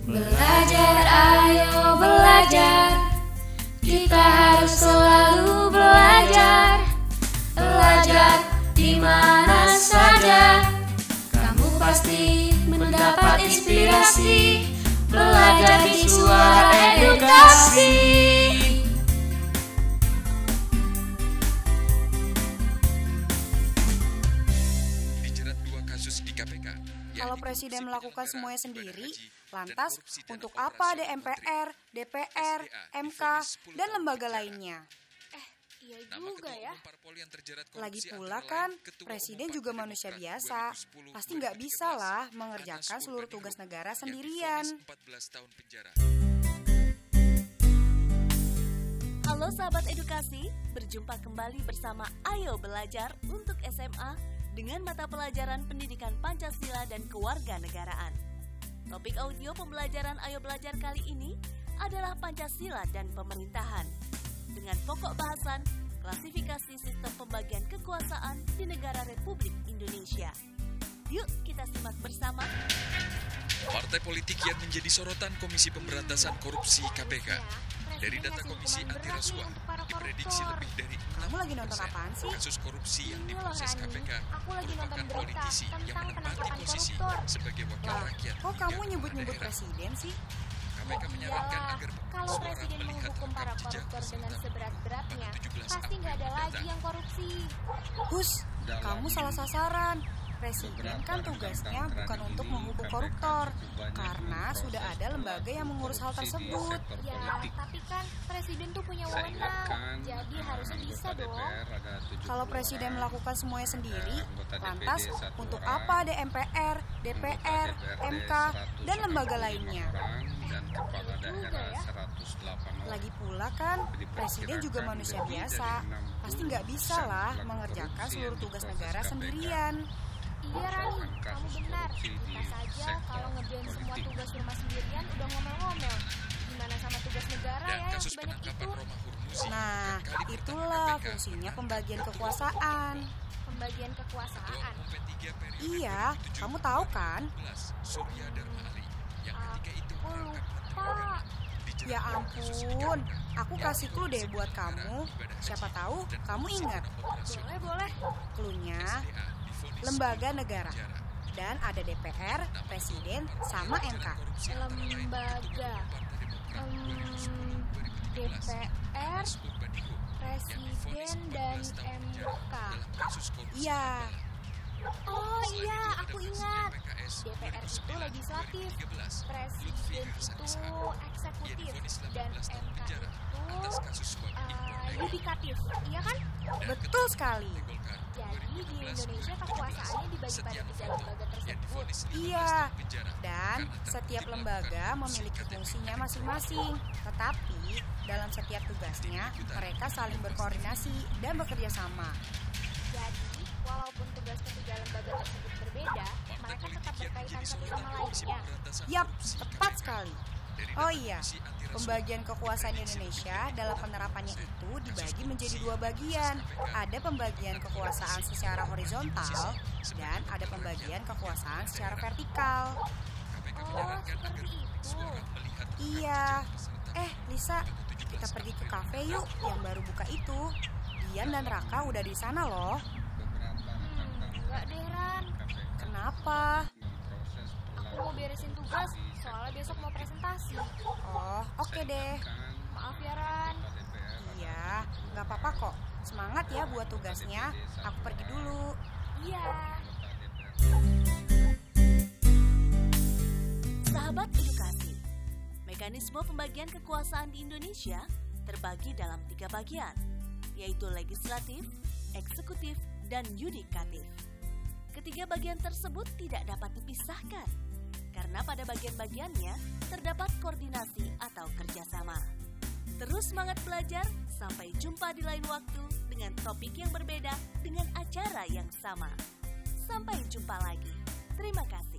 Belajar, ayo belajar. Kita harus selalu belajar. Belajar di mana saja. Kamu pasti mendapat inspirasi. Belajar di Suara Edukasi. Dijerat 2 kasus di KPK. Kalau presiden melakukan semuanya sendiri, lantas untuk apa ada MPR, DPR, MK, dan lembaga lainnya? Iya juga ya. Lagi pula kan, presiden juga manusia biasa. Pasti nggak bisa lah mengerjakan seluruh tugas negara sendirian. Halo sahabat edukasi, berjumpa kembali bersama Ayo Belajar untuk SMA dengan mata pelajaran pendidikan Pancasila dan Kewarganegaraan. Topik audio pembelajaran Ayo Belajar kali ini adalah Pancasila dan Pemerintahan, dengan pokok bahasan klasifikasi sistem pembagian kekuasaan di negara Republik Indonesia. Yuk kita simak bersama. Partai politik yang menjadi sorotan Komisi Pemberantasan Korupsi KPK. Dari data Komisi Anti Rasuah, diprediksi lebih dari Kamu lagi nonton apaan sih? kasus korupsi yang diproses KPK merupakan politisi yang menempati posisi sebagai wakil Wah, rakyat. kok kamu hingga nyebut-nyebut kepala daerah. presiden sih? KPK menyarankan Iyalah, agar kalau suara presiden melihat menghukum para rekam jejak koruptor dengan serta seberat-beratnya, tanggal 17 pasti nggak ada April lagi mendatang. yang korupsi. Hus, kamu salah sasaran. Presiden kan tugasnya bukan untuk menghukum koruptor, karena sudah ada lembaga yang mengurus hal tersebut. Ya, tapi kan presiden tuh punya wewenang, jadi harusnya bisa dong. Kalau presiden melakukan semuanya sendiri, lantas untuk apa ada MPR, DPR, MK, dan lembaga lainnya? Lagi pula kan, presiden juga manusia biasa. Pasti nggak bisa lah mengerjakan seluruh tugas negara sendirian. Iya Rani, kamu benar. Kita saja kalau ngerjain semua tugas rumah sendirian udah ngomel-ngomel. Gimana sama tugas negara Dan ya yang kasus sebanyak penangkapan itu? Roma Hurmuzi Nah, yang kali pertama itulah KPK fungsinya menangkap pembagian Ketua kekuasaan. Pembagian Ketua kekuasaan. Umum P3 periode Iya, 2007 kamu tahu kan? 2012, Surya Dharma Ali, yang ketika itu Aku merangkap Menteri lupa. Keuangan. Dijerat Ya 2 kasus di ampun, KPK, aku yakni kasih clue deh korupsi buat penyelenggaraan kamu. ibadah Siapa haji tahu dan kamu korupsi ingat. dana operasional. Boleh. Cluenya, SDA divonis lembaga 10 negara. tahun penjara. Dan ada DPR, presiden, sama MK. Lembaga. DPR, presiden, dan MK. Iya, Oh iya, aku ingat. DPR itu legislatif, presiden itu eksekutif, dan MK itu yudikatif. Iya kan? betul sekali. Jadi di Indonesia kekuasaannya dibagi pada 3 lembaga tersebut. Iya, dan setiap lembaga memiliki fungsinya masing-masing. Tetapi dalam setiap tugasnya, mereka saling berkoordinasi dan bekerja sama. Jadi, walaupun tugas ketiga lembaga tersebut berbeda, mereka tetap berkaitan satu sama lainnya. Yap, tepat sekali. Oh iya, pembagian kekuasaan di Indonesia dalam penerapannya itu dibagi menjadi 2 bagian. Ada pembagian kekuasaan secara horizontal dan ada pembagian kekuasaan secara vertikal. Oh, seperti itu. Iya. Lisa, kita pergi ke kafe yuk yang baru buka itu. Dian dan Raka udah di sana loh. Enggak deh Ran. Kenapa? Aku mau beresin tugas, soalnya besok mau presentasi. Oh, oke deh. Maaf ya Ran. Iya, nggak apa-apa kok. Semangat ya buat tugasnya. Aku pergi dulu. Iya. Sahabat edukasi, mekanisme pembagian kekuasaan di Indonesia terbagi dalam 3 bagian, yaitu legislatif, eksekutif, dan yudikatif. Ketiga bagian tersebut tidak dapat dipisahkan, karena pada bagian-bagiannya terdapat koordinasi atau kerjasama. Terus semangat belajar, sampai jumpa di lain waktu dengan topik yang berbeda dengan acara yang sama. Sampai jumpa lagi. Terima kasih.